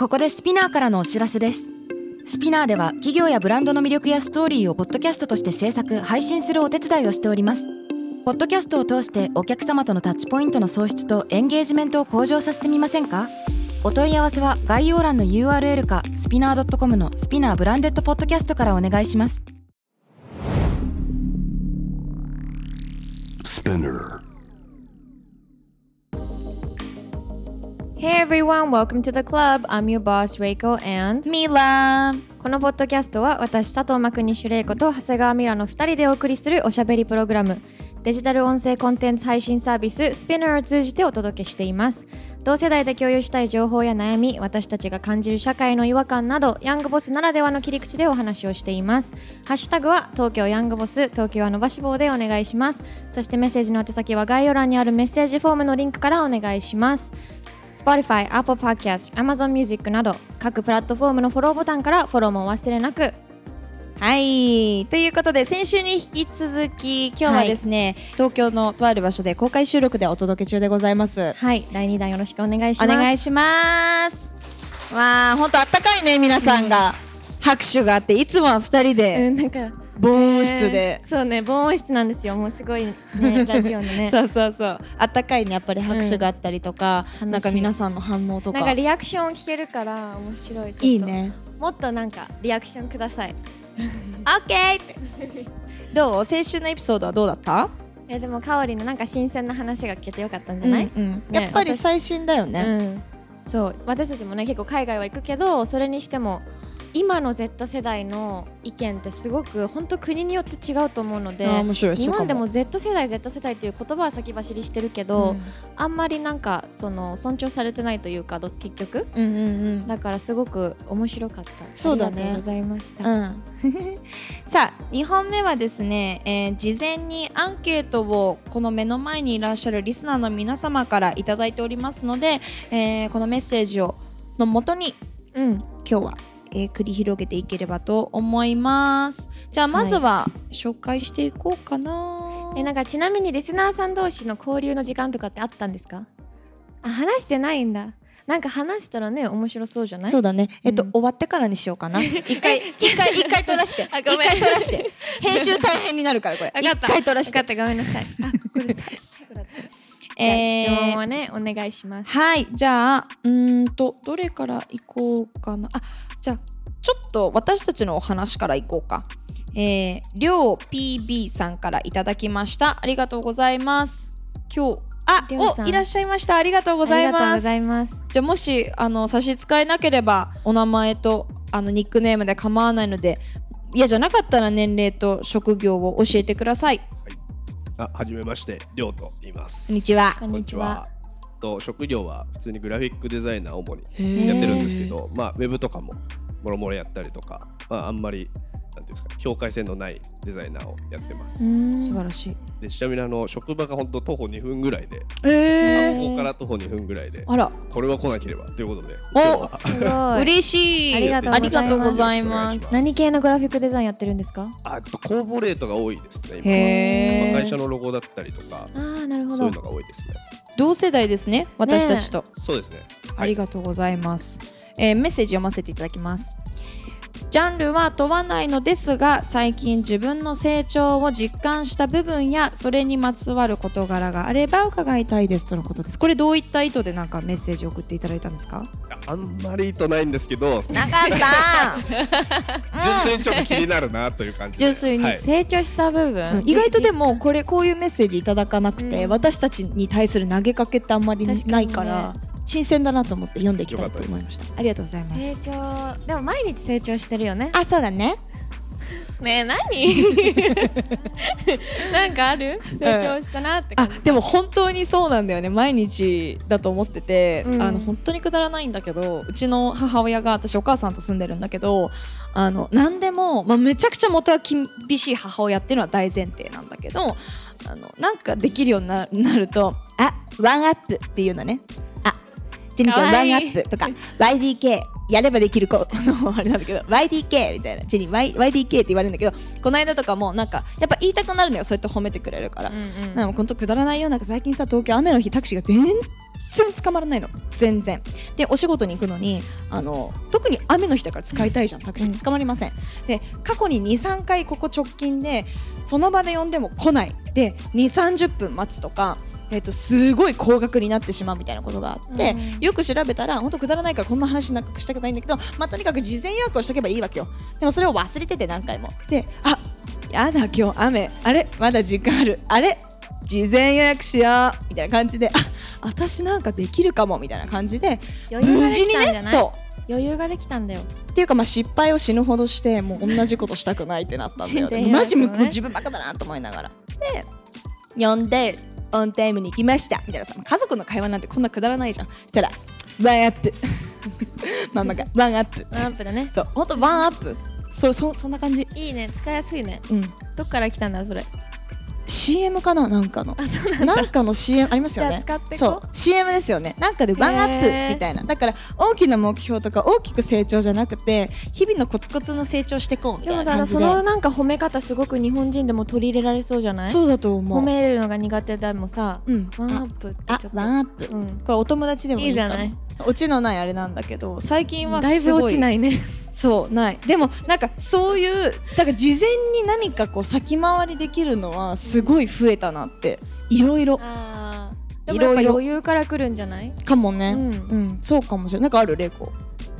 ここでスピナーからのお知らせです。スピナーでは企業やブランドの魅力やストーリーをポッドキャストとして制作・配信するお手伝いをしております。ポッドキャストを通してお客様とのタッチポイントの創出とエンゲージメントを向上させてみませんか？お問い合わせは概要欄の URL かスピナー .com のスピナーブランデッドポッドキャストからお願いします。 Hey everyone, welcome to the club. I'm your boss, Reiko and Mila。 このポッドキャストは私、佐藤真国主玲子と長谷川ミラの2人でお送りするおしゃべりプログラム、デジタル音声コンテンツ配信サービス Spinner を通じてお届けしています。同世代で共有したい情報や悩み、私たちが感じる社会の違和感など、ヤングボスならではの切り口でお話をしています。ハッシュタグは東京ヤングボス、東京は伸ばし棒でお願いします。そしてメッセージの宛先は概要欄にあるメッセージフォームのリンクからお願いします。Spotify、Apple Podcast、Amazon Music など各プラットフォームのフォローボタンからフォローもお忘れなく。 はい、ということで先週に引き続き今日はですね、東京のとある場所で公開収録でお届け中でございます。 はい、第2弾よろしくお願いします。 お願いします。わあ、ほんとあったかいね、皆さんが、拍手があって、いつもは2人で、 なんか防音室で、 そうね、防音室なんですよ。もうすごいね、ラジオのねそうそうそう、あったかいね、やっぱり拍手があったりとか、なんか皆さんの反応とか、 なんかリアクションを聞けるから面白い。ちょっといいね。 もっとなんかリアクションください。 オッケーってどう？先週のエピソードはどうだった？ でもかおりのなんか新鮮な話が聞けてよかったんじゃない？ やっぱり最新だよね。 そう私たちもね結構海外は行くけど、それにしても今の Z 世代の意見ってすごく本当国によって違うと思うので、日本でも Z 世代っていう言葉は先走りしてるけど、あんまりなんかその尊重されてないというか結局、だからすごく面白かった。 そうだね、 ありがとうございました。 さあ2本目はですね、事前にアンケートをこの目の前にいらっしゃるリスナーの皆様からいただいておりますので、このメッセージをのもとに、今日は繰り広げていければと思います。じゃあまずは紹介していこうかな。 なんかちなみにリスナーさん同士の交流の時間とかってあったんですか？話してないんだ。なんか話したらね面白そうじゃない？ そうだね。終わってからにしようかな。一回取らして。一回取らして。編集大変になるからこれ。一回取らして。 分かった、ごめんなさい。これ最後だった。質問をねお願いします。 はい、じゃあどれからいこうかな。じゃあちょっと私たちのお話からいこうか。りょう PB さんからいただきました。ありがとうございます。今日いらっしゃいました。ありがとうございます。じゃあもし差し支えなければお名前とニックネームで構わないので、嫌じゃなかったら年齢と職業を教えてください。 はじめまして、りょうと言います。 こんにちは。 こんにちは。 職業は普通にグラフィックデザイナーを主にやってるんですけど、ウェブとかももろもろやったりとか、あんまりなんていうんですか、境界線のないデザイナーをやってます。 素晴らしい。 でちなみに職場が本当徒歩2分ぐらいで、ここから徒歩2分ぐらいで、これは来なければということで、 すごい嬉しい。ありがとうございます。 何系のグラフィックデザインやってるんですか？ コーポレートが多いですね。今会社のロゴだったりとか、 なるほど、 そういうのが多いですね。 同世代ですね、私たちと。 そうですね。 ありがとうございます。メッセージ読ませていただきます。ジャンルは問わないのですが、最近自分の成長を実感した部分やそれにまつわる事柄があれば伺いたいですとのことです。これどういった意図でなんかメッセージを送っていただいたんですか？ あんまり意図ないんですけど、 なかった純粋にちょっと気になるなという感じで、 純粋に、 成長した部分、 意外とでもこういうメッセージいただかなくて、私たちに対する投げかけってあんまりないから、新鮮だなと思って読んでいきたいと思いました。ありがとうございます。 成長でも毎日成長してるよね。 そうだね。 ねえ、何なんかある？成長したなって感じ。 でも本当にそうなんだよね。毎日だと思ってて、本当にくだらないんだけど、うちの母親が、私お母さんと住んでるんだけど、何でも、めちゃくちゃ元は厳しい母親っていうのは大前提なんだけど、なんかできるようになると、ワンアップっていうのね。ジェニーちゃんワンアップとか YDK やればできる子のあれなんだけど YDK みたいな、ジェニー YDK って言われるんだけど、この間とかもなんかやっぱ言いたくなるのよ、そうやって褒めてくれるから。なんかほんとくだらないよ。なんか最近さ、東京雨の日タクシーが全然捕まらないの、全然。でお仕事に行くのに特に雨の日だから使いたいじゃん、タクシー捕まりません。で過去に 2,3 回ここ直近でその場で呼んでも来ないで 2,30 分待つとか、すごい高額になってしまうみたいなことがあって、よく調べたら本当くだらないからこんな話なくしたくないんだけど、とにかく事前予約をしとけばいいわけよ。でもそれを忘れてて何回もで、やだ今日雨、あれまだ時間ある、あれ事前予約しようみたいな感じで、私なんかできるかもみたいな感じで余裕ができたんじゃない？ そう余裕ができたんだよっていうか、失敗を死ぬほどしてもう同じことしたくないってなったんだよ、ね、マジ自分バカだなと思いながらで呼んでオンタイムに行きましたみたいなさ、家族の会話なんてこんなくだらないじゃん。そしたらワンアップママがワンアップだね。 そうほんとワンアップ、そんな感じ。 いいね、使いやすいね。どっから来たんだそれ。 CM かな、なんかのなんの CM ありますよね。 使ってこう。 そう CM ですよね。なんかでワンアップみたいな。だから大きな目標とか大きく成長じゃなくて日々のコツコツの成長していこうみたいな感じで。 でもそのなんか褒め方すごく日本人でも取り入れられそうじゃない？ そうだと思う。 褒めるのが苦手でもさ、ワンアップってちょっとワンアップ、これお友達でもいいかも。 いいじゃない。 オチのないあれなんだけど最近はだいぶ落ちないね。 そうない。でもなんかそういうだから事前に何かこう先回りできるのはすごい増えたなって、いろいろ。 でもやっぱ余裕から来るんじゃない？ かもね。そうかもしれない。なんかあるレイコ。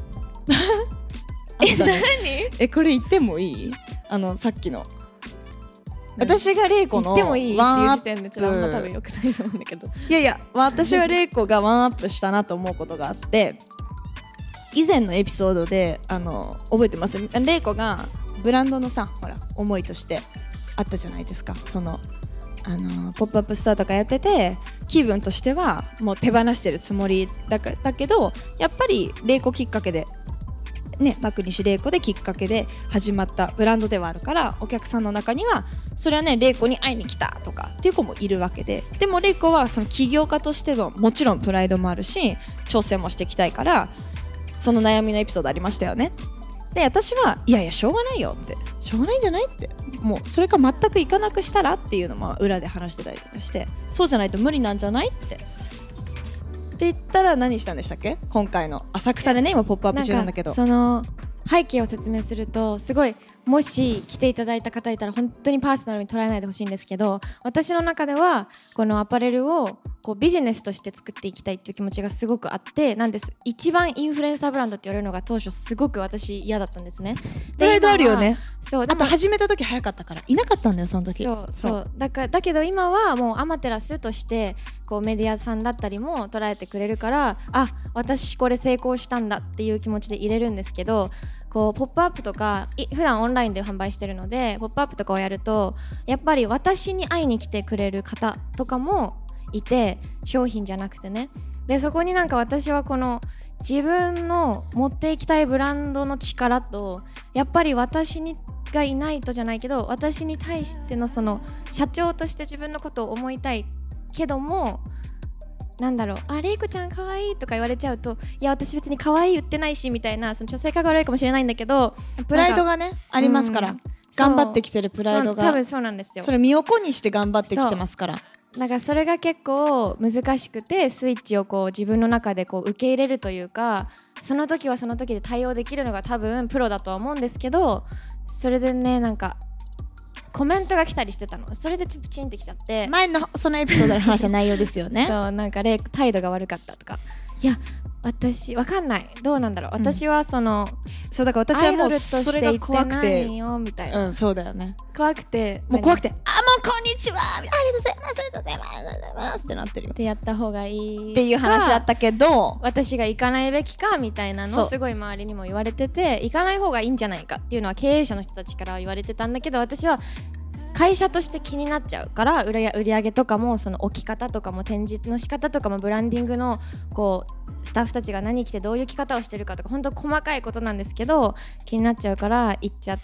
何？ これ言ってもいい？さっきの。私がレイコの言ってもいいっていう時点でちょっとあんま多分良くないと思うんだけど。 いや私はレイコがワンアップしたなと思うことがあって、以前のエピソードで覚えてます？レイコがブランドのさ、ほら思いとしてあったじゃないですか。そのポップアップストアとかやってて気分としてはもう手放してるつもりだけど、やっぱりレイコきっかけでね、マクニシュレイコできっかけで始まったブランドではあるから、お客さんの中にはそれはねレイコに会いに来たとかっていう子もいるわけで、でもレイコはその起業家としてのもちろんプライドもあるし挑戦もしていきたいから、その悩みのエピソードありましたよね。で私はいやしょうがないよって、しょうがないんじゃないって、もうそれか全く行かなくしたらっていうのも裏で話してたりとかして、そうじゃないと無理なんじゃないって言ったら何したんでしたっけ？今回の浅草でね、今ポップアップ中なんだけど、 その背景を説明すると、すごいもし来ていただいた方いたら本当にパーソナルに捉えないでほしいんですけど、私の中ではこのアパレルをこうビジネスとして作っていきたいっていう気持ちがすごくあって、なんです。一番インフルエンサーブランドって言われるのが当初すごく私嫌だったんですね。 プライドあるよね。 そう、 あと始めた時早かったからいなかったんだよその時。 そうだけど今はもうアマテラスとしてこうメディアさんだったりも捉えてくれるから、私これ成功したんだっていう気持ちで入れるんですけど、こうポップアップとか普段オンラインで販売してるので、ポップアップとかをやるとやっぱり私に会いに来てくれる方とかもいて、商品じゃなくてね。でそこになんか私はこの自分の持っていきたいブランドの力と、やっぱり私がいないとじゃないけど、私に対してのその社長として自分のことを思いたいけども、なんだろう、レイコちゃん可愛いとか言われちゃうと、いや私別に可愛い言ってないしみたいな、その性格が悪いかもしれないんだけど、 プライドがねありますから、頑張ってきてるプライドが、 多分そうなんですよ。 それ身を粉にして頑張ってきてますから。 なんかそれが結構難しくて、スイッチをこう自分の中でこう受け入れるというか、その時はその時で対応できるのが多分プロだとは思うんですけど、それでねなんかコメントが来たりしてたの。それでプチンってきちゃって、 前のそのエピソードで話した内容ですよね。 そう、なんか態度が悪かったとか。いや私わかんない、どうなんだろう、私はそうだから私はもうそれが怖くて、 みたいな、 そうだよね、 怖くてもうこんにちは、ありがとうございます、ありがとうございますってなってるよってやった方がいいっていう話だったけど、 私が行かないべきかみたいなのをすごい周りにも言われてて、行かない方がいいんじゃないかっていうのは経営者の人たちから言われてたんだけど、私は会社として気になっちゃうから、売り上げとかもその置き方とかも展示の仕方とかもブランディングのこうスタッフたちが何着てどういう着方をしてるかとか、本当細かいことなんですけど気になっちゃうから行っちゃって、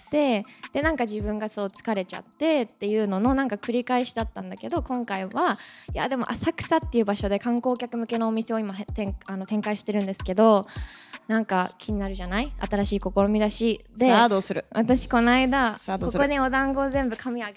でなんか自分がそう疲れちゃってっていうののなんか繰り返しだったんだけど、今回はいやでも浅草っていう場所で観光客向けのお店を今展開してるんですけど、なんか気になるじゃない、新しい試みだし。でさあどうする。 私この間ここにお団子を全部紙あげ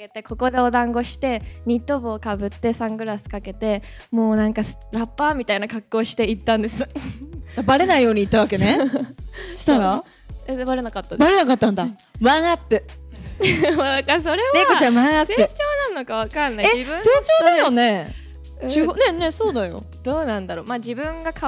けて、ここでお団子して、ニット帽かぶってサングラスかけて、もうなんかラッパーみたいな格好して行ったんですバレないように言ったわけねしたらバレなかったです。 バレなかったんだ。ワンアップなんかそれはレイコちゃんワンアップ成長なのかわかんない。 成長だよね。ねえねえそうだよ。 どうなんだろう。まあ自分が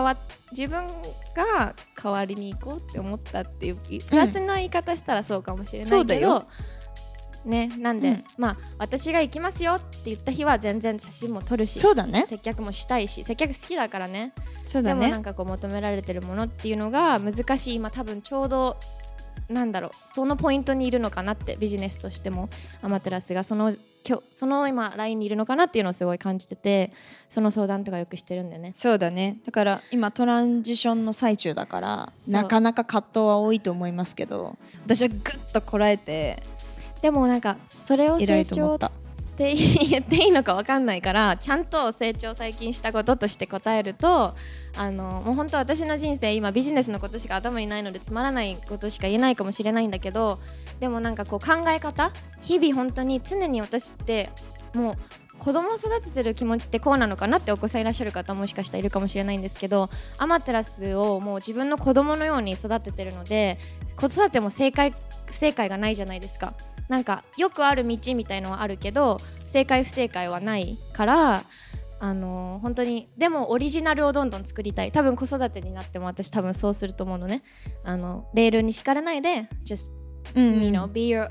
代わりに行こうって思ったっていうプラスの言い方したらそうかもしれないけど、ね、なんで、まあ私が行きますよって言った日は全然写真も撮るし、 そうだね、 接客もしたいし、接客好きだからね。 そうだね。 でもなんかこう求められてるものっていうのが難しい。今多分ちょうどなんだろう、そのポイントにいるのかなって、ビジネスとしてもアマテラスがその今ラインにいるのかなっていうのをすごい感じてて、その相談とかよくしてるんだよね。 そうだね。だから今トランジションの最中だからなかなか葛藤は多いと思いますけど、私はグッとこらえて、でもなんかそれを成長って言っていいのか分かんないから、ちゃんと成長最近したこととして答えると、もう本当私の人生今ビジネスのことしか頭にないのでつまらないことしか言えないかもしれないんだけど、でもなんかこう考え方、日々本当に常に私ってもう子供を育ててる気持ちってこうなのかなって、お子さんいらっしゃる方もしかしたらいるかもしれないんですけど、アマテラスをもう自分の子供のように育ててるので、子育ても正解不正解がないじゃないですか。なんかよくある道みたいのはあるけど正解不正解はないから、本当にでもオリジナルをどんどん作りたい。多分子育てになっても私多分そうすると思うのね。レールに敷かれないで just you know be you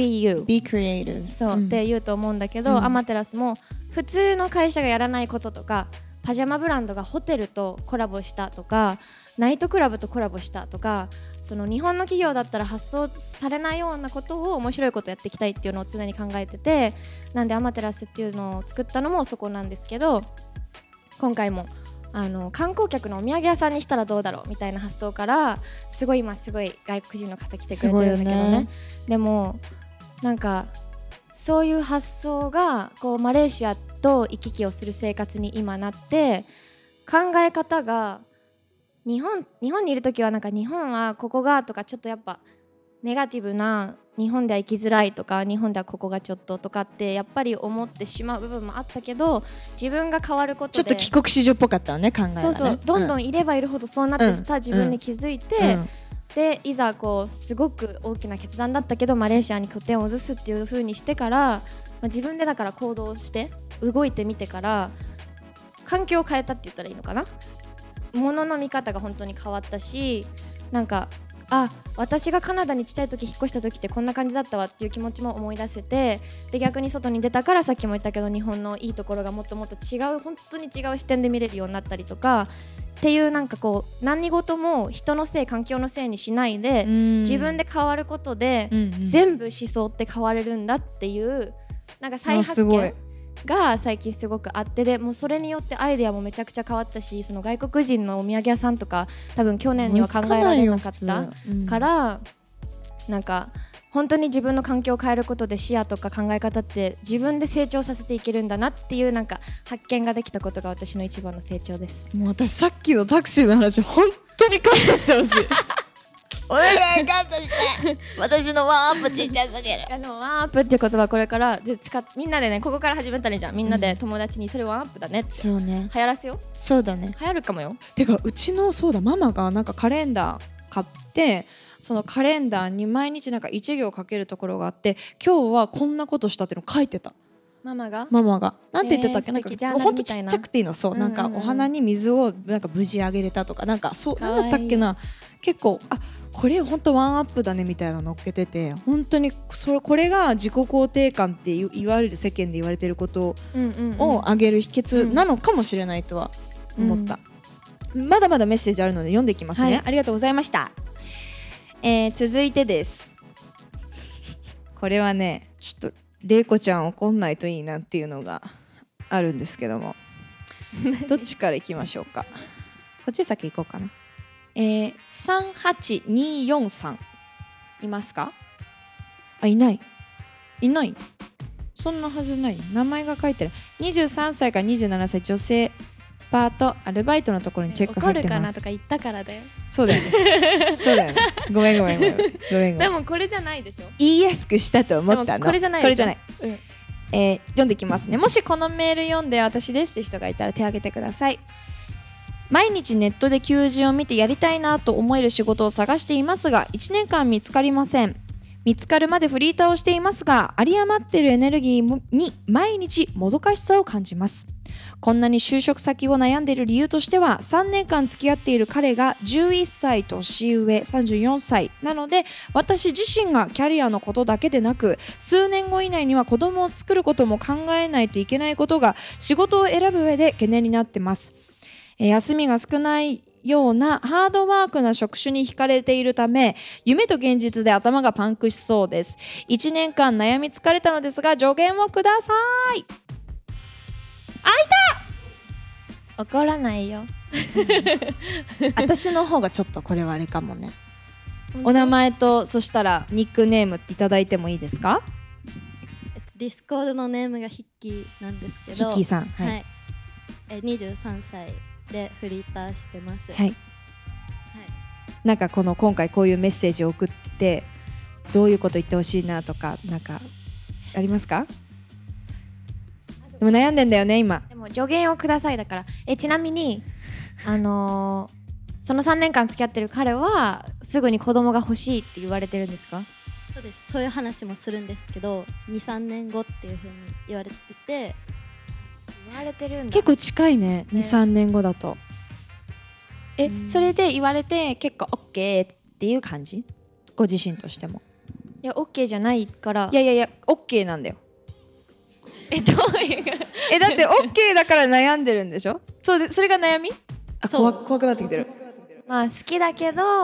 be creative そう、って言うと思うんだけど、アマテラスも普通の会社がやらないこととか、パジャマブランドがホテルとコラボしたとか、ナイトクラブとコラボしたとか、その日本の企業だったら発想されないようなことを面白いことやっていきたいっていうのを常に考えてて、なんでアマテラスっていうのを作ったのもそこなんですけど、今回も観光客のお土産屋さんにしたらどうだろうみたいな発想から、すごい外国人の方来てくれてるんだけど ね。でもなんかそういう発想がこうマレーシアと行き来をする生活に今なって、考え方が日本にいるときはなんか日本はここがとか、ちょっとやっぱネガティブな、日本では生きづらいとか、日本ではここがちょっととかってやっぱり思ってしまう部分もあったけど、自分が変わることでちょっと帰国子女っぽかったわね、考えがね。 そうそう、どんどんいればいるほどそうなってした自分に気づいて、でいざこうすごく大きな決断だったけどマレーシアに拠点を移すっていう風にしてから、自分でだから行動して動いてみてから環境を変えたって言ったらいいのかな。物の見方が本当に変わったし、なんか私がカナダにちっちゃい時引っ越した時ってこんな感じだったわっていう気持ちも思い出せて、で逆に外に出たからさっきも言ったけど日本のいいところがもっともっと違う、本当に違う視点で見れるようになったりとかっていう、なんかこう何事も人のせい環境のせいにしないで自分で変わることで全部思想って変われるんだっていうなんか再発見が最近すごくあって、でもうそれによってアイデアもめちゃくちゃ変わったし、その外国人のお土産屋さんとか多分去年には考えられなかったから、なんか本当に自分の環境を変えることで視野とか考え方って自分で成長させていけるんだなっていうなんか発見ができたことが私の一番の成長です。 もう私さっきのタクシーの話本当にカットしてほしいお願いカットして私のワンアップちっちゃすぎる。 ワンアップっていう言葉これからみんなでね、ここから始めたらいいじゃん。みんなで友達にそれワンアップだねってそうね流行らせよう。 そうだね、 流行るかもよ。 てかうちのそうだママがなんかカレンダー買って、そのカレンダーに毎日なんか1行書けるところがあって、今日はこんなことしたっていうの書いてた。ママがなんて言ってたっけ、なんかほんとちっちゃくていいの。そう、なんかお花に水をなんか無事あげれたとか、なんかそうなんだったっけな、結構これほんとワンアップだねみたいなの乗っけてて、本当にこれが自己肯定感って言われる、世間で言われてることを上げる秘訣なのかもしれないとは思った。まだまだメッセージあるので読んでいきますね、はい、ありがとうございました。続いてです。これはねちょっとれいこちゃん怒んないといいなっていうのがあるんですけどもどっちからいきましょうか。こっち先行こうかな。38243いますか。いないそんなはずない。名前が書いてる。23歳から27歳女性パートアルバイトのところにチェック入ってます。 怒るかなとか言ったからだよ。 そうだよねそうだよねごめんごめんごめんごめん。 でもこれじゃないでしょ。 言いやすくしたと思ったの。 でもこれじゃないでしょ。 これじゃない。読んできますね。もしこのメール読んで私ですって人がいたら手を挙げてください。毎日ネットで求人を見てやりたいなと思える仕事を探していますが1年間見つかりません。見つかるまでフリーターをしていますが有り余っているエネルギーに毎日もどかしさを感じます。こんなに就職先を悩んでいる理由としては3年間付き合っている彼が11歳年上34歳なので私自身がキャリアのことだけでなく数年後以内には子供を作ることも考えないといけないことが仕事を選ぶ上で懸念になってます。休みが少ないようなハードワークな職種に惹かれているため夢と現実で頭がパンクしそうです。1年間悩み疲れたのですが助言をください。 怒らないよ。 私の方がちょっとこれはあれかもね。お名前とそしたらニックネームいただいてもいいですか？ ディスコードのネームがヒッキーなんですけど、 ヒッキーさん、はい、 はい、23歳でフリーターしてます。 はい、なんか今回こういうメッセージを送ってどういうこと言ってほしいなとかなんかありますか？でも悩んでんだよね今。 でも助言をくださいだからちなみにその3年間付き合ってる彼はすぐに子供が欲しいって言われてるんですか？ そうです。そういう話もするんですけど 2,3 年後っていう風に言われてて、 言われてるんだ。 結構近いね。2,3 年後だとそれで言われて結構 OK っていう感じ？ご自身としても。 いや OK じゃないから。 いや OK なんだよ。 どういうだって OK だから悩んでるんでしょ？それが悩み？怖くなってきてる。 まあ好きだけど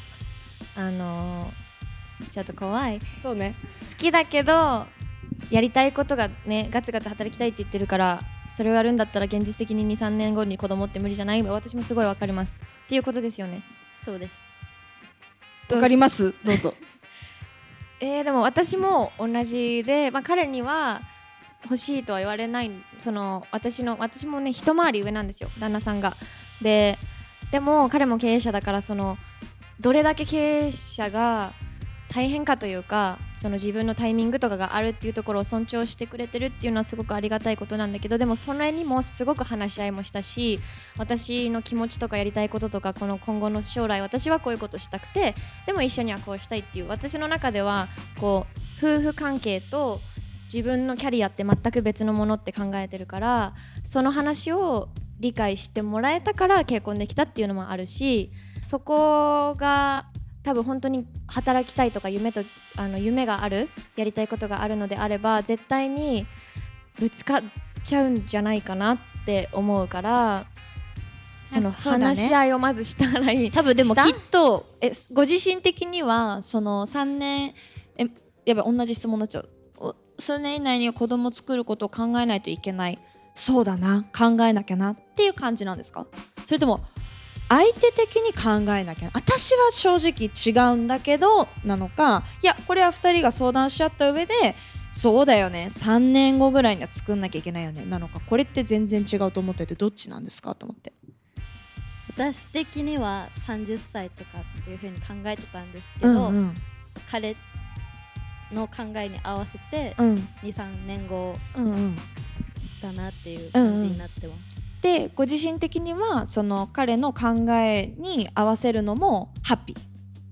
ちょっと怖い。 そうね。 好きだけどやりたいことがねガツガツ働きたいって言ってるからそれをやるんだったら現実的に 2,3 年後に子供って無理じゃない？私もすごいわかりますっていうことですよね。 そうです。 わかります？どうぞ。 でも私も同じで、彼には欲しいとは言われない。私もね一回り上なんですよ旦那さんが。でも彼も経営者だからどれだけ経営者が大変かというか自分のタイミングとかがあるっていうところを尊重してくれてるっていうのはすごくありがたいことなんだけど、でもそれにもすごく話し合いもしたし私の気持ちとかやりたいこととか今後の将来私はこういうことしたくてでも一緒にはこうしたいっていう私の中では夫婦関係と自分のキャリアって全く別のものって考えてるからその話を理解してもらえたから結婚できたっていうのもあるしそこが多分本当に働きたいとか夢があるやりたいことがあるのであれば絶対にぶつかっちゃうんじゃないかなって思うから話し合いをまずしたらいい。 多分でもきっとご自身的には3年やばい同じ質問になっちゃう。数年以内に子供を作ることを考えないといけない。そうだな考えなきゃなっていう感じなんですか？それとも相手的に考えなきゃ私は正直違うんだけどなのか、いやこれは2人が相談し合った上でそうだよね3年後ぐらいには作んなきゃいけないよねなのか、これって全然違うと思っててどっちなんですかと思って。 私的には30歳とかっていう風に考えてたんですけど、彼の考えに合わせて 2,3 年後だなっていう感じになってます。 でご自身的には彼の考えに合わせるのもハッピー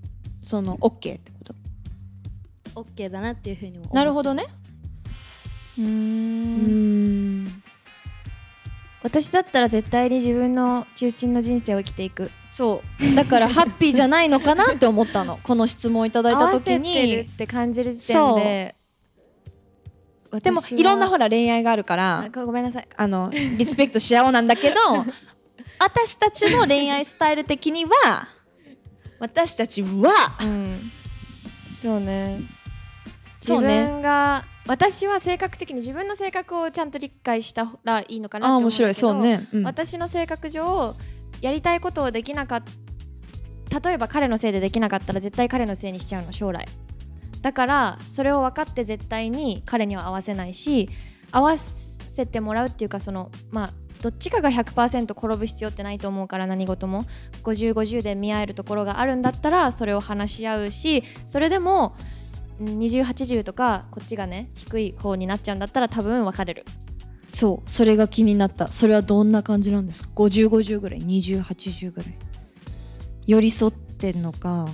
OK ってこと？ OK だなっていうふうにも思う。 なるほどね。 私だったら絶対に自分の中心の人生を生きていく。 そうだからハッピーじゃないのかなって思ったのこの質問をいただいた時に。 合わせてるって感じる時点ででもいろんなほら恋愛があるからごめんなさいリスペクトし合おうなんだけど私たちの恋愛スタイル的には私たちは、 そうね自分が私は性格的に自分の性格をちゃんと理解したらいいのかなって思うんだけど、 面白いそうね、 私の性格上やりたいことをできなかった例えば彼のせいでできなかったら絶対彼のせいにしちゃうの将来だからそれを分かって絶対に彼には合わせないし合わせてもらうっていうかどどっちかが 100% 転ぶ必要ってないと思うから、何事も 50-50 で見合えるところがあるんだったらそれを話し合うし、それでも20-80とかこっちがね低い方になっちゃうんだったら多分別れる。 そう、それが気になった。それはどんな感じなんですか？ 50-50 ぐらい、20-80ぐらい寄り添ってんのか。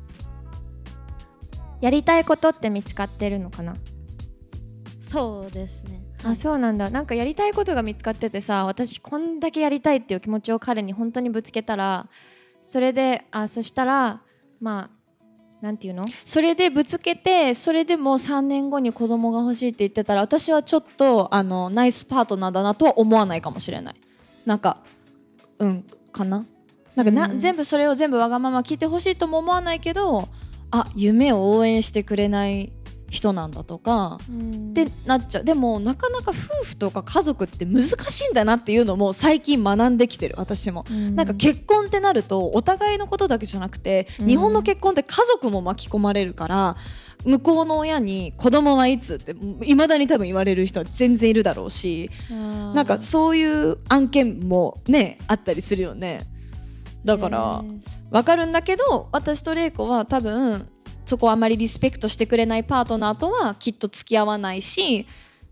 やりたいことって見つかってるのかな？ そうですね。 あ、そうなんだ。なんかやりたいことが見つかっててさ、私こんだけやりたいっていう気持ちを彼に本当にぶつけたら、それでそしたらまあなんていうの、 それでぶつけて、それでも3年後に子供が欲しいって言ってたら、私はちょっとナイスパートナーだなとは思わないかもしれない。なんかかな、なんか全部それを全部わがまま聞いてほしいとも思わないけど、夢を応援してくれない人なんだとかってなっちゃう。でもなかなか夫婦とか家族って難しいんだなっていうのも最近学んできてる、私も。なんか結婚ってなるとお互いのことだけじゃなくて、日本の結婚って家族も巻き込まれるから、向こうの親に子供はいつって未だに多分言われる人は全然いるだろうし、なんかそういう案件もねあったりするよね。だから分かるんだけど、私と玲子は多分そこをあまりリスペクトしてくれないパートナーとはきっと付き合わないし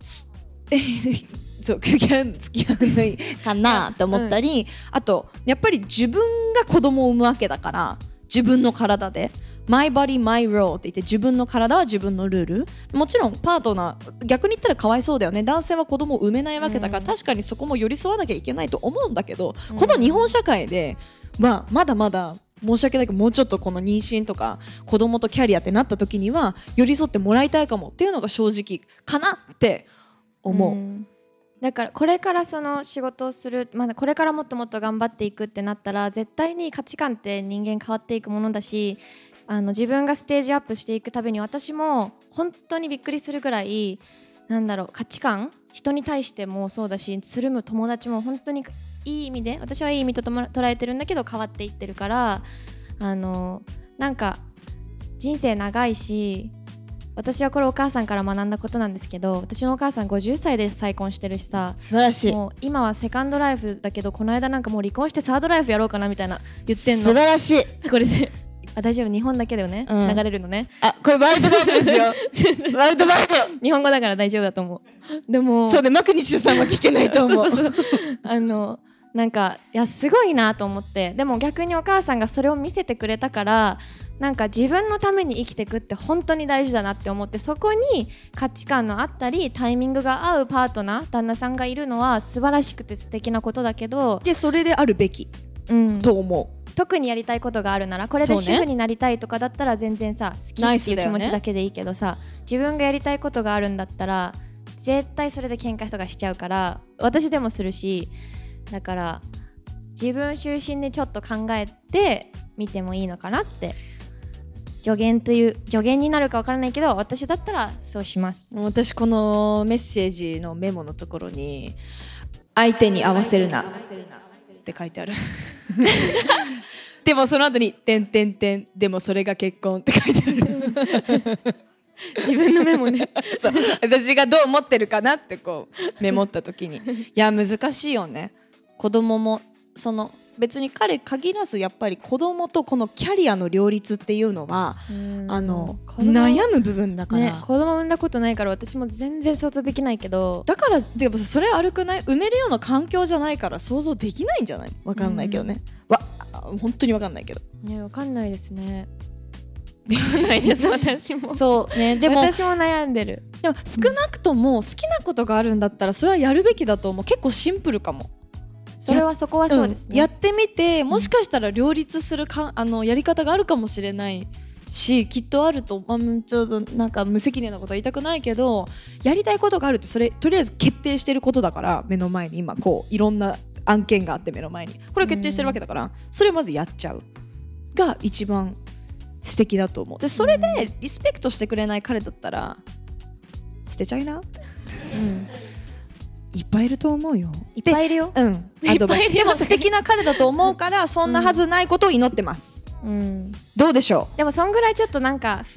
そう付き合わないかなって思ったり、あとやっぱり自分が子供を産むわけだから、自分の体でMy body, my role って言って、自分の体は自分のルール。もちろんパートナー、逆に言ったらかわいそうだよね。男性は子供を産めないわけだから、確かにそこも寄り添わなきゃいけないと思うんだけど、この日本社会でまだまだ申し訳ないけど、もうちょっとこの妊娠とか子供とキャリアってなった時には寄り添ってもらいたいかもっていうのが正直かなって思う。 だからこれからその仕事をする、これからもっともっと頑張っていくってなったら、絶対に価値観って人間変わっていくものだし、自分がステージアップしていくたびに、私も本当にびっくりするぐらい価値観、人に対してもそうだし、つるむ友達も本当にいい意味で、私はいい意味と捉えてるんだけど変わっていってるから、なんか人生長いし、私はこれお母さんから学んだことなんですけど、私のお母さん50歳で再婚してるしさ、 素晴らしい。 もう今はセカンドライフだけど、この間なんかもう離婚してサードライフやろうかなみたいな言ってんの。 素晴らしい。 これ大丈夫、日本だけだよね、流れるのね。 これワールドワイドですよワールドワイド日本語だから大丈夫だと思う。でもそうね、マクニッシュさんは聞けないと思う。 そうなんかいやすごいなと思って、でも逆にお母さんがそれを見せてくれたから、なんか自分のために生きていくって本当に大事だなって思って、そこに価値観のあったりタイミングが合うパートナー、旦那さんがいるのは素晴らしくて素敵なことだけど、 でそれであるべき、と思う。 特にやりたいことがあるなら、これで主婦になりたいとかだったら全然さ、好きっていう気持ちだけでいいけどさ、自分がやりたいことがあるんだったら絶対それで喧嘩とかしちゃうから、私でもするし、だから自分中心でちょっと考えてみてもいいのかなって。助言になるか分からないけど、私だったらそうします。 私このメッセージのメモのところに相手に合わせるなって書いてあるでもその後にでもそれが結婚って書いてある自分のメモねそう、私がどう思ってるかなってこうメモった時にいや難しいよね。子供も別に彼限らず、やっぱり子供とこのキャリアの両立っていうのは悩む部分だから、 ね、子供産んだことないから私も全然想像できないけど、 だからでもそれ悪くない？産めるような環境じゃないから想像できないんじゃない？わかんないけどね、本当にわかんないけど、 わかんないですね。わかんないです私も。 そうね、でも私も悩んでる。 でも少なくとも好きなことがあるんだったらそれはやるべきだと思う。結構シンプルかも。 そこはそうですね、 やってみて、もしかしたら両立するやり方があるかもしれないし、きっとあると、ちょっとなんか無責任なことは言いたくないけど、やりたいことがあるってそれとりあえず決定してることだから、目の前に今こういろんな案件があって目の前にこれを決定してるわけだから、それをまずやっちゃうが一番素敵だと思う。でそれでリスペクトしてくれない彼だったら捨てちゃいなって、いっぱいいると思うよ。 いっぱいいるよ。 アドバイスでも素敵な彼だと思うからそんなはずないことを祈ってます。どうでしょう。 でもそんぐらいちょっとなんか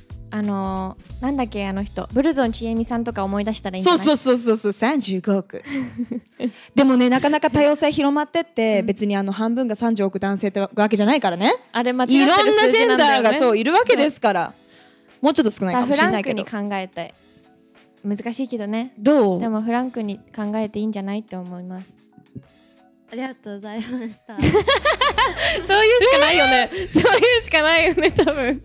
なんだっけ、あの人ブルゾンちえみさんとか思い出したらいいんじゃない？ そう35億でもね、なかなか多様性広まってって、別に半分が30億男性ってわけじゃないからね。 あれ間違ってる数字なんだよね。 いろんなジェンダーがそういるわけですから、もうちょっと少ないかもしれないけど。 フランクに考えたい。難しいけどね。 どう？ でもフランクに考えていいんじゃないって思います。 ありがとうございました。 そういうしかないよね。そういうしかないよね、多分。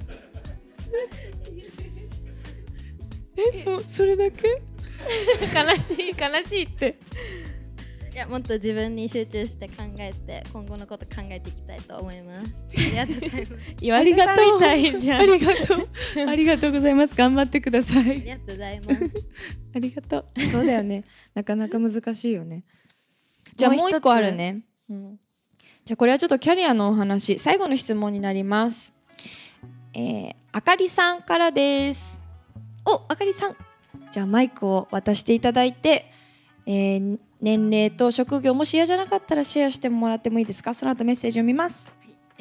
もうそれだけ？ 悲しいって。 いや、もっと自分に集中して考えて、今後のこと考えていきたいと思います。ありがとうございます。 言わせたみたいじゃん。 ありがとう。ありがとうございます。頑張ってください。 ありがとうございます。 ありがとう。そうだよね。なかなか難しいよね。じゃあもう一個あるね。じゃあこれはちょっとキャリアのお話、最後の質問になります。あかりさんからです。あかりさん。じゃあマイクを渡していただいて、年齢と職業もし嫌じゃなかったらシェアしてもらってもいいですか？その後メッセージを見ます。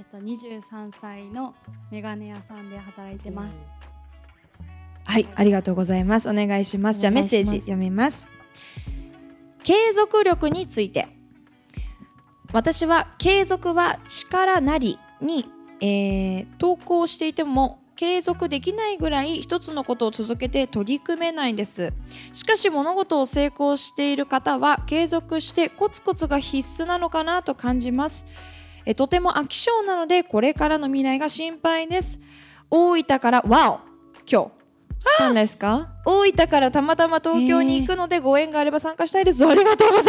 23歳のメガネ屋さんで働いてます。 はい、ありがとうございます。お願いします。じゃあメッセージ読みます。継続力について。私は継続は力なりに、投稿していても継続できないぐらい一つのことを続けて取り組めないんです。しかし物事を成功している方は継続してコツコツが必須なのかなと感じます。とても飽き性なのでこれからの未来が心配です。大分から今日何ですか？ 大分からたまたま東京に行くのでご縁があれば参加したいです。ありがとうございます。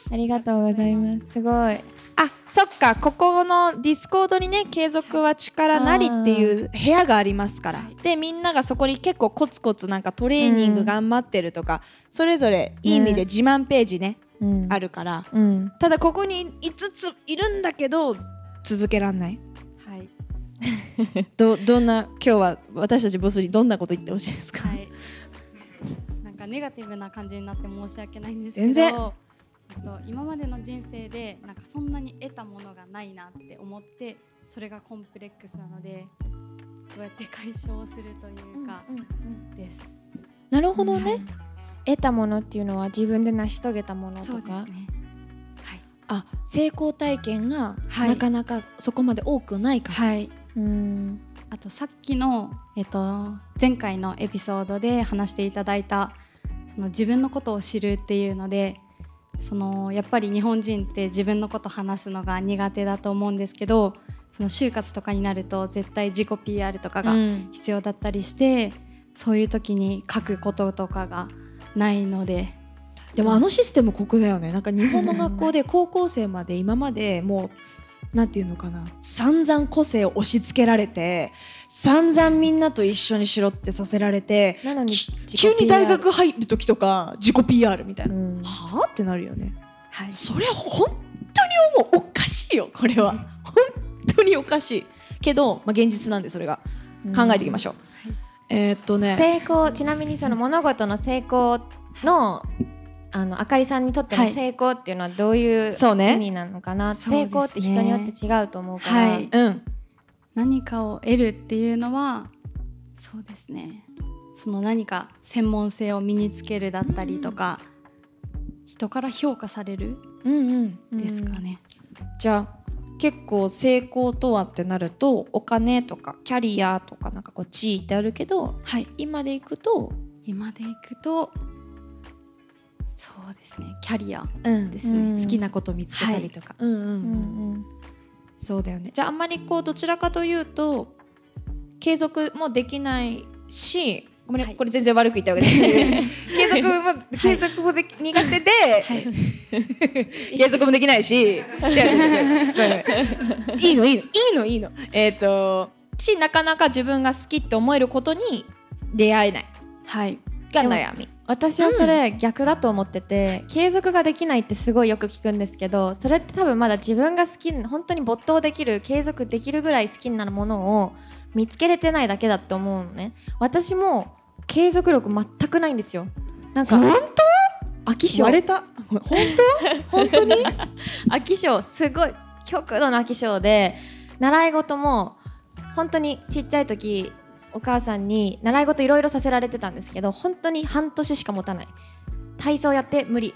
ありがとうございます。すごい。 そっか、ここのディスコードにね、継続は力なりっていう部屋がありますから、でみんながそこに結構コツコツなんかトレーニング頑張ってるとか、それぞれいい意味で自慢ページね、あるから、ただここに5ついるんだけど続けらんない。 はい。 どんな、今日は私たちボスにどんなこと言ってほしいですか？ はい。なんかネガティブな感じになって申し訳ないんですけど、 全然。 今までの人生でなんかそんなに得たものがないなって思って、それがコンプレックスなのでどうやって解消するというかです。 なるほどね。 得たものっていうのは自分で成し遂げたものとか。 そうですね。 はい。成功体験がなかなかそこまで多くないから。 はい。あとさっきの前回のエピソードで話していただいたその自分のことを知るっていうので。やっぱり日本人って自分のこと話すのが苦手だと思うんですけど、その就活とかになると絶対自己 PR とかが必要だったりして、そういう時に書くこととかがないので。 でもシステム酷だよね。なんか日本の学校で高校生まで今までもうなんていうのかな、散々個性を押し付けられて、散々みんなと一緒にしろってさせられて、 なのに急に大学入る時とか自己 PR みたいな、はぁってなるよね。 はい。 それは本当に思う。おかしいよこれは。本当におかしいけど、現実なんでそれが考えていきましょう。 成功、ちなみにその物事の成功のあかりさんにとっての成功っていうのはどういう意味なのかな、成功って人によって違うと思うから、 何かを得るっていうのはそうですね、その何か専門性を身につけるだったりとか、人から評価されるですかね。 じゃあ結構成功とはってなるとお金とかキャリアとかなんかこう地位ってあるけど、今でいくとそうですね、キャリアですね、好きなこと見つけたりとか、そうだよね。じゃああんまりこうどちらかというと継続もできないし、ごめんね、これ全然悪く言ったわけで継続も苦手で、継続もできないし、違ういいのなかなか自分が好きって思えることに出会えないが悩み。 私はそれ逆だと思ってて、継続ができないってすごいよく聞くんですけど、それって多分まだ自分が好き、本当に没頭できる、継続できるぐらい好きなものを見つけれてないだけだと思うのね。私も継続力全くないんですよ。なんか本当？ 飽き性。 割れた。本当に飽き性、すごい極度の飽き性で、習い事も本当にちっちゃい時お母さんに習い事いろいろさせられてたんですけど、本当に半年しか持たない。体操やって無理、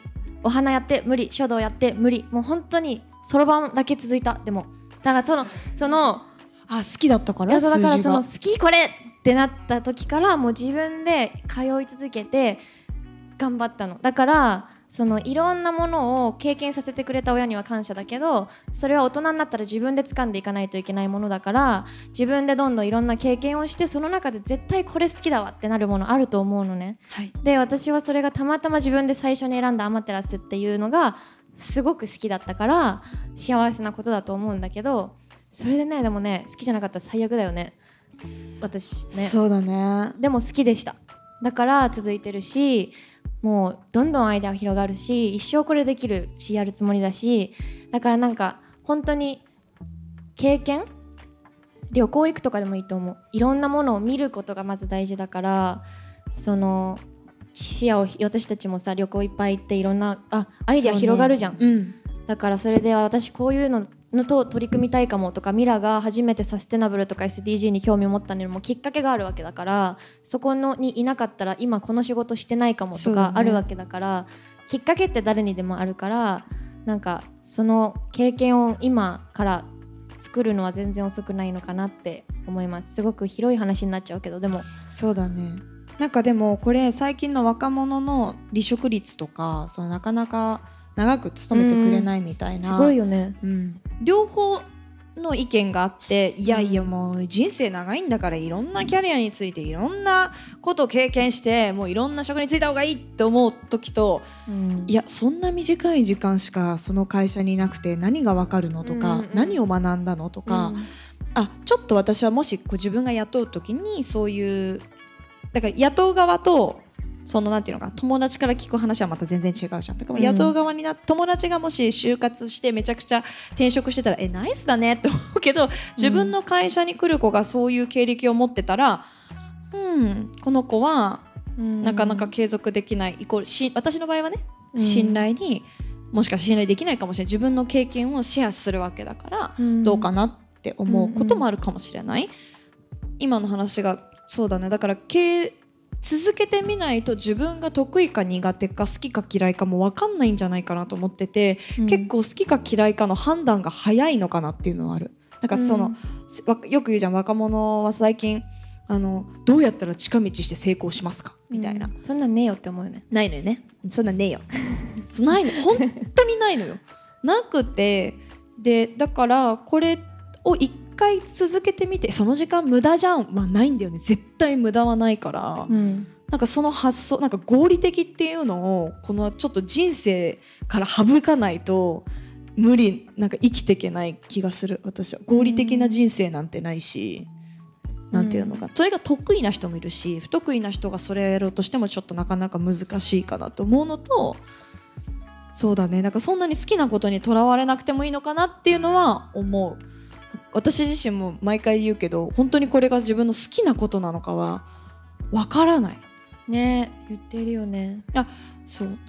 お花やって無理、書道やって無理、もう本当にそろばんだけ続いた。でもだからその好きだったから、 だから数字が好きこれってなった時からもう自分で通い続けて頑張ったの。だからいろんなものを経験させてくれた親には感謝だけど、それは大人になったら自分で掴んでいかないといけないものだから、自分でどんどんいろんな経験をして、その中で絶対これ好きだわってなるものあると思うのね、はい、で私はそれがたまたま自分で最初に選んだアマテラスっていうのがすごく好きだったから幸せなことだと思うんだけど、それでね、でもね、好きじゃなかったら最悪だよね私ね。 そうだね。 でも好きでした。だから続いてるし、もうどんどんアイデアが広がるし、一生これできるしやるつもりだし、だからなんか本当に経験、旅行行くとかでもいいと思う。いろんなものを見ることがまず大事だから、視野を、私たちもさ旅行いっぱい行っていろんなアイデア広がるじゃん、うん、だからそれで私こういうのと取り組みたいかもとか、ミラが初めてサステナブルとか SDG に興味を持ったのにもきっかけがあるわけだから、そこにいなかったら今この仕事してないかもとかあるわけだから、きっかけって誰にでもあるから、なんかその経験を今から作るのは全然遅くないのかなって思います。すごく広い話になっちゃうけど、でもそうだね。なんかでもこれ最近の若者の離職率とか、なかなか長く勤めてくれないみたいな、 すごいよね、 うん、両方の意見があって、いやいやもう人生長いんだからいろんなキャリアについていろんなことを経験してもういろんな職に就いた方がいいって思う時と、いやそんな短い時間しかその会社にいなくて何が分かるのとか、何を学んだのとか、ちょっと私はもし自分が雇う時にそういうだから雇う側となんていうのかな、友達から聞く話はまた全然違うじゃん。だから雇う側に友達がもし就活してめちゃくちゃ転職してたらナイスだねって思うけど、自分の会社に来る子がそういう経歴を持ってたら、この子はなかなか継続できないイコール私の場合はね、信頼にもしかしたら信頼できないかもしれない。自分の経験をシェアするわけだから、どうかなって思うこともあるかもしれない。今の話がそうだね。だから続けてみないと自分が得意か苦手か好きか嫌いかも分かんないんじゃないかなと思ってて、結構好きか嫌いかの判断が早いのかなっていうのはある。なんかよく言うじゃん、若者は最近どうやったら近道して成功しますかみたいな、 そんなんねえよって思うよね。 ないのよね。そんなんねえよないの、本当にないのよ。なくて、でだからこれを一回続けてみて、その時間無駄じゃん、ないんだよね。絶対無駄はないから、なんかその発想、なんか合理的っていうのをちょっと人生から省かないとなんか生きていけない気がする。私は合理的な人生なんてないし、なんていうのか、それが得意な人もいるし、不得意な人がそれをやろうとしてもちょっとなかなか難しいかなと思うのと、そうだね、なんかそんなに好きなことにとらわれなくてもいいのかなっていうのは思う。私自身も毎回言うけど、本当にこれが自分の好きなことなのかはわからないね。言ってるよね。 そう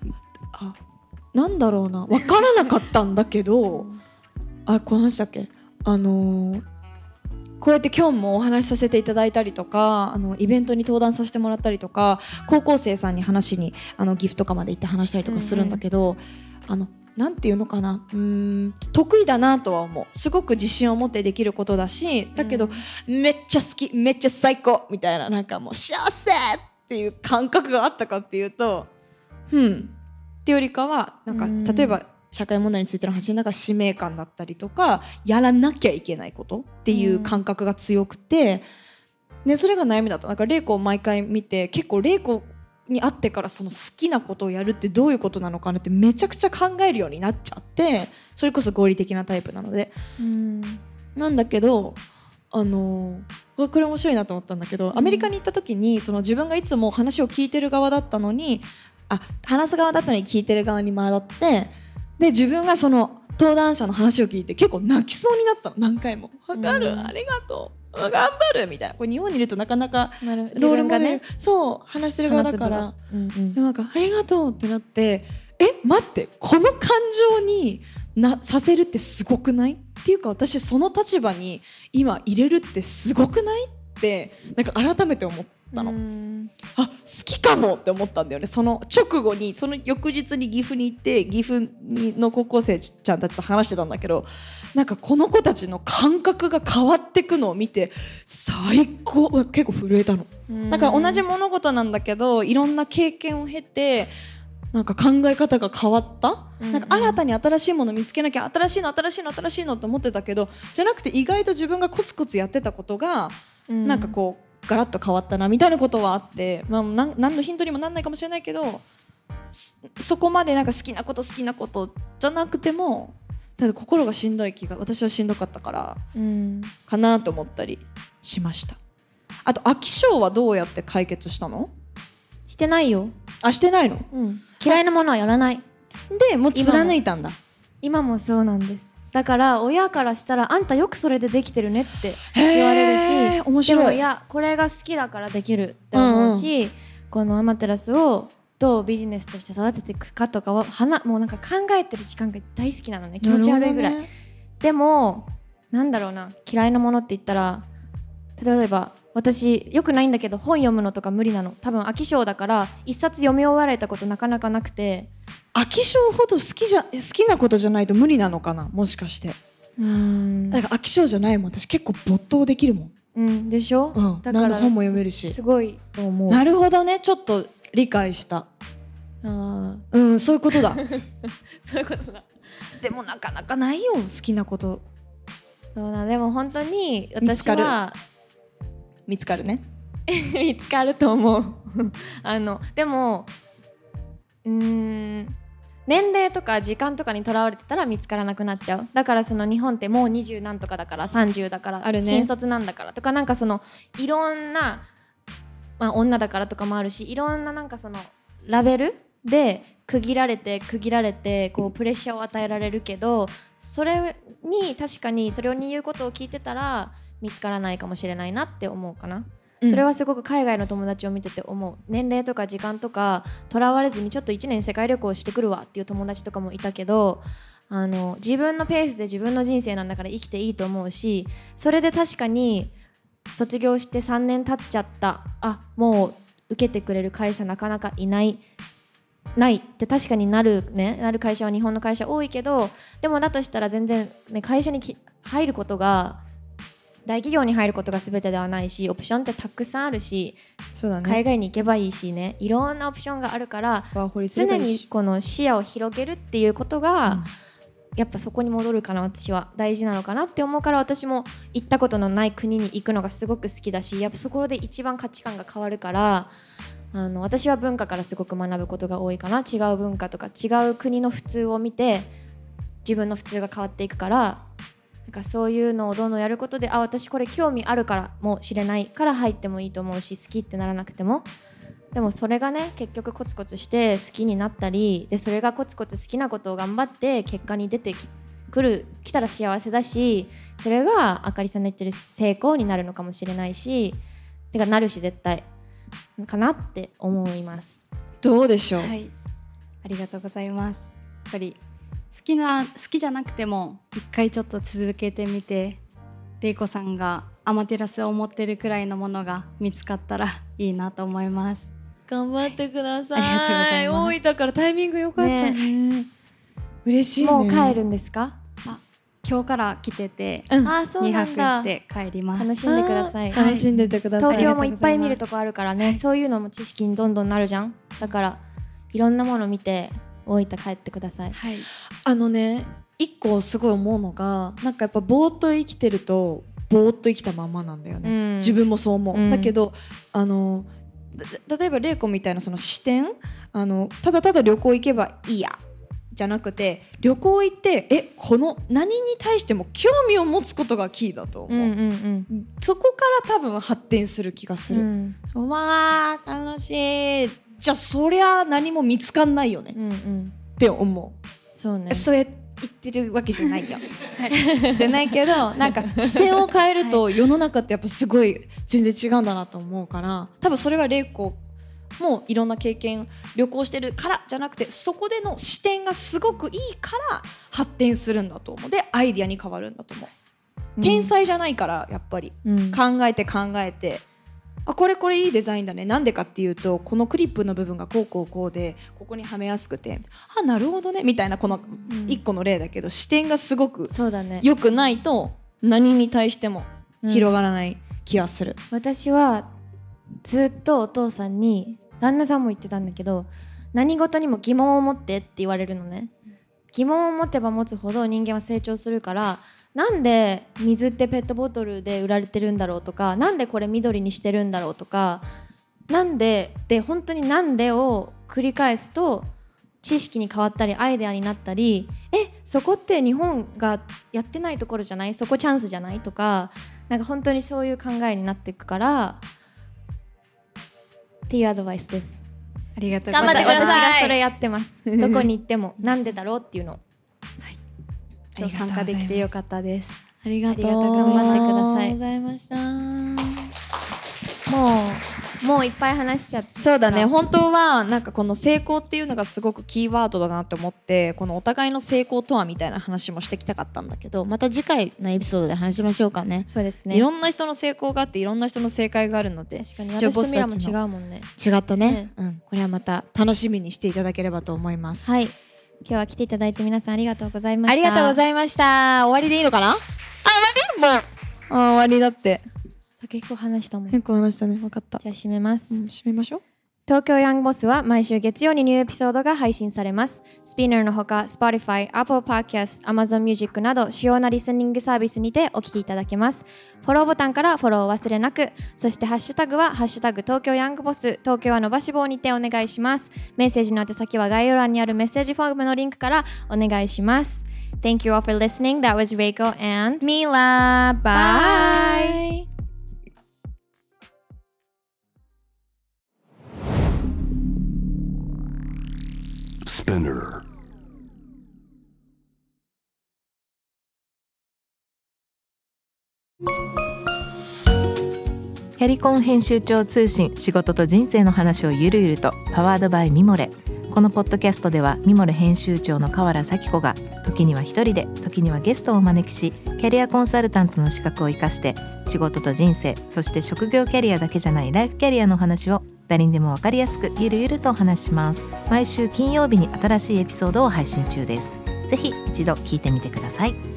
なんだろうな、わからなかったんだけどこの話だっけ、こうやって今日もお話しさせていただいたりとか、イベントに登壇させてもらったりとか、高校生さんに話に岐阜とかまで行って話したりとかするんだけど、なんていうのかな、得意だなとは思う。すごく自信を持ってできることだし、だけど、めっちゃ好き、めっちゃ最高みたいな、なんかもう幸せっていう感覚があったかっていうと、っていうよりかはなんか、例えば社会問題についての発信だから使命感だったりとか、やらなきゃいけないことっていう感覚が強くて、それが悩みだった。なんか玲子を毎回見て、結構玲子に会ってから好きなことをやるってどういうことなのかなってめちゃくちゃ考えるようになっちゃって、それこそ合理的なタイプなので、なんだけどこれ面白いなと思ったんだけど、アメリカに行った時に自分がいつも話を聞いてる側だったのに話す側だったのに聞いてる側に回って、で自分が登壇者の話を聞いて結構泣きそうになったの。何回もわかる、ありがとう、頑張るみたいな。これ日本にいるとなかなかロールモデル、ね、そう話してる側だから、でなんかありがとうってなって、待って、この感情にさせるってすごくないっていうか、私その立場に今入れるってすごくないってなんか改めて思ったの。あ、好きかもって思ったんだよね。その直後に、その翌日に岐阜に行って、岐阜の高校生ちゃんたちと話してたんだけど、なんかこの子たちの感覚が変わってくのを見て最高、結構震えたの。だから同じ物事なんだけど、いろんな経験を経てなんか考え方が変わった、なんか新たに新しいもの見つけなきゃ、新しいのって思ってたけど、じゃなくて意外と自分がコツコツやってたことが、なんかこうガラッと変わったなみたいなことはあって、まあ、何のヒントにもなんないかもしれないけど、そこまでなんか好きなことじゃなくても、ただ心がしんどい気が、私はしんどかったから、かなと思ったりしました。あと飽き性はどうやって解決したの？ してないよ。 あ、してないの？ 嫌いなものはやらない。 でもう貫いたんだ。 今もそうなんです。だから親からしたら、あんたよくそれでできてるねって言われるし、 面白い。 でもいや、これが好きだからできるって思うし、このアマテラスをどうビジネスとして育てていくかとかはもうなんか考えてる時間が大好きなのね。気持ち悪いぐらい、でもなんだろうな、嫌いなものって言ったら、例えば私よくないんだけど、本読むのとか無理なの。多分飽き性だから一冊読み終わられたことなかなかなくて。 飽き性ほど好きなことじゃないと無理なのかな、もしかして。だから飽き性じゃないもん。私結構没頭できるもん。 でしょ、 だから本も読めるし、 すごいと思う。 なるほどね、ちょっと理解した。そういうことだそういうことだ。 でもなかなかないよ、好きなこと。 そうだ、でも本当に私は見つかるね見つかると思うでも年齢とか時間とかにとらわれてたら見つからなくなっちゃう。だからその日本ってもう20何とかだから、30だから、新卒なんだからとか、なんかそのいろんな、まあ、女だからとかもあるし、いろんななんかそのラベルで区切られてこうプレッシャーを与えられるけど、それに確かにそれに言うことを聞いてたら見つからないかもしれないなって思うかな。それはすごく海外の友達を見てて思う。年齢とか時間とかとらわれずに、ちょっと1年世界旅行してくるわっていう友達とかもいたけど、自分のペースで自分の人生なんだから生きていいと思うし、それで確かに卒業して3年経っちゃった、もう受けてくれる会社なかなかないって確かになる会社は日本の会社多いけど、でもだとしたら全然、会社に入ることが、大企業に入ることが全てではないし、オプションってたくさんあるし、 そうだね、 海外に行けばいいしね、いろんなオプションがあるから、常にこの視野を広げるっていうことが、やっぱそこに戻るかな、私は大事なのかなって思うから、私も行ったことのない国に行くのがすごく好きだし、やっぱそこで一番価値観が変わるから、私は文化からすごく学ぶことが多いかな。違う文化とか違う国の普通を見て自分の普通が変わっていくから、なんかそういうのをどんどんやることで、私これ興味あるからもしれないから入ってもいいと思うし、好きってならなくても、でもそれがね、結局コツコツして好きになったりで、それがコツコツ好きなことを頑張って結果に出てきたら幸せだし、それがあかりさんの言ってる成功になるのかもしれないし、てかなるし絶対かなって思います。 どうでしょう？ はい、ありがとうございます。やっぱり好きじゃなくても一回ちょっと続けてみて、れいこさんがアマテラスを持ってるくらいのものが見つかったらいいなと思います。 頑張ってください。 ありがとうございます。 大分からタイミング良かったね。嬉しいね。 もう帰るんですか？ 今日から来てて、 そう 2 なんだ。 泊して帰ります。 楽しんでください。 楽しんでてください。 東京もいっぱい見るとこあるからね、そういうのも知識にどんどんなるじゃん。だからいろんなもの見て大分帰ってください。 はい。 一個すごい思うのが、なんかやっぱぼーっと生きてるとぼーっと生きたままなんだよね、自分もそう思う、だけど例えば玲子みたいなその視点、ただただ旅行行けばいいやじゃなくて、旅行行ってこの何に対しても興味を持つことがキーだと思う、そこから多分発展する気がする、わー楽しい、じゃあそりゃ何も見つかんないよね、って思う。 そうね。 そうやって言ってるわけじゃないよじゃないけど、なんか視点を変えると世の中ってやっぱすごい全然違うんだなと思うから、多分それは玲子もいろんな経験旅行してるからじゃなくて、そこでの視点がすごくいいから発展するんだと思う。でアイディアに変わるんだと思う、天才じゃないからやっぱり、考えてこれいいデザインだね、なんでかっていうとこのクリップの部分がこうでここにはめやすくて、なるほどねみたいな、この1個の例だけど、視点がすごく良くないと何に対しても広がらない気がする。 私はずっとお父さんに、旦那さんも言ってたんだけど、何事にも疑問を持ってって言われるのね。疑問を持てば持つほど人間は成長するから、なんで水ってペットボトルで売られてるんだろうとか、なんでこれ緑にしてるんだろうとか、なんでで本当になんでを繰り返すと知識に変わったりアイデアになったり、そこって日本がやってないところじゃない、そこチャンスじゃないとか、なんか本当にそういう考えになっていくからっていうアドバイスです。 ありがとうございます。 頑張ってください。私がそれやってますどこに行ってもなんでだろうっていうのを、 今日参加できてよかったです。 ありがとう。 頑張ってください。 ございました。 もういっぱい話しちゃった。 そうだね、本当はなんかこの成功っていうのがすごくキーワードだなと思って、このお互いの成功とはみたいな話もしてきたかったんだけど、また次回のエピソードで話しましょうかね。 そうですね、 いろんな人の成功があっていろんな人の正解があるので、 確かに私とミラも違うもんね。 違ったね、これはまた楽しみにしていただければと思います。 はい、今日は来ていただいて皆さんありがとうございました。 ありがとうございました。終わりでいいのかな。終わりだって。 結構話したもん。 結構話したね。分かった。 じゃあ締めます、 締めましょう。 東京ヤングボスは毎週月曜にニューエピソードが配信されます。スピナーのほか Spotify、Apple Podcast、Amazon Music など主要なリスニングサービスにてお聞きいただけます。フォローボタンからフォローを忘れなく。そしてハッシュタグはハッシュタグ東京ヤングボス、東京は伸ばし棒にてお願いします。メッセージの宛先は概要欄にあるメッセージフォームのリンクからお願いします。Thank you all for listening. That was Reiko and Mila. Bye. Spinner. キャリコン編集長通信、仕事と人生の話をゆるゆると、パワードバイミモレ。このポッドキャストではミモレ編集長の河原咲子が時には一人で時にはゲストをお招きし、キャリアコンサルタントの資格を生かして仕事と人生、そして職業キャリアだけじゃないライフキャリアの話を誰にでも分かりやすくゆるゆるとお話します。毎週金曜日に新しいエピソードを配信中です。ぜひ一度聞いてみてください。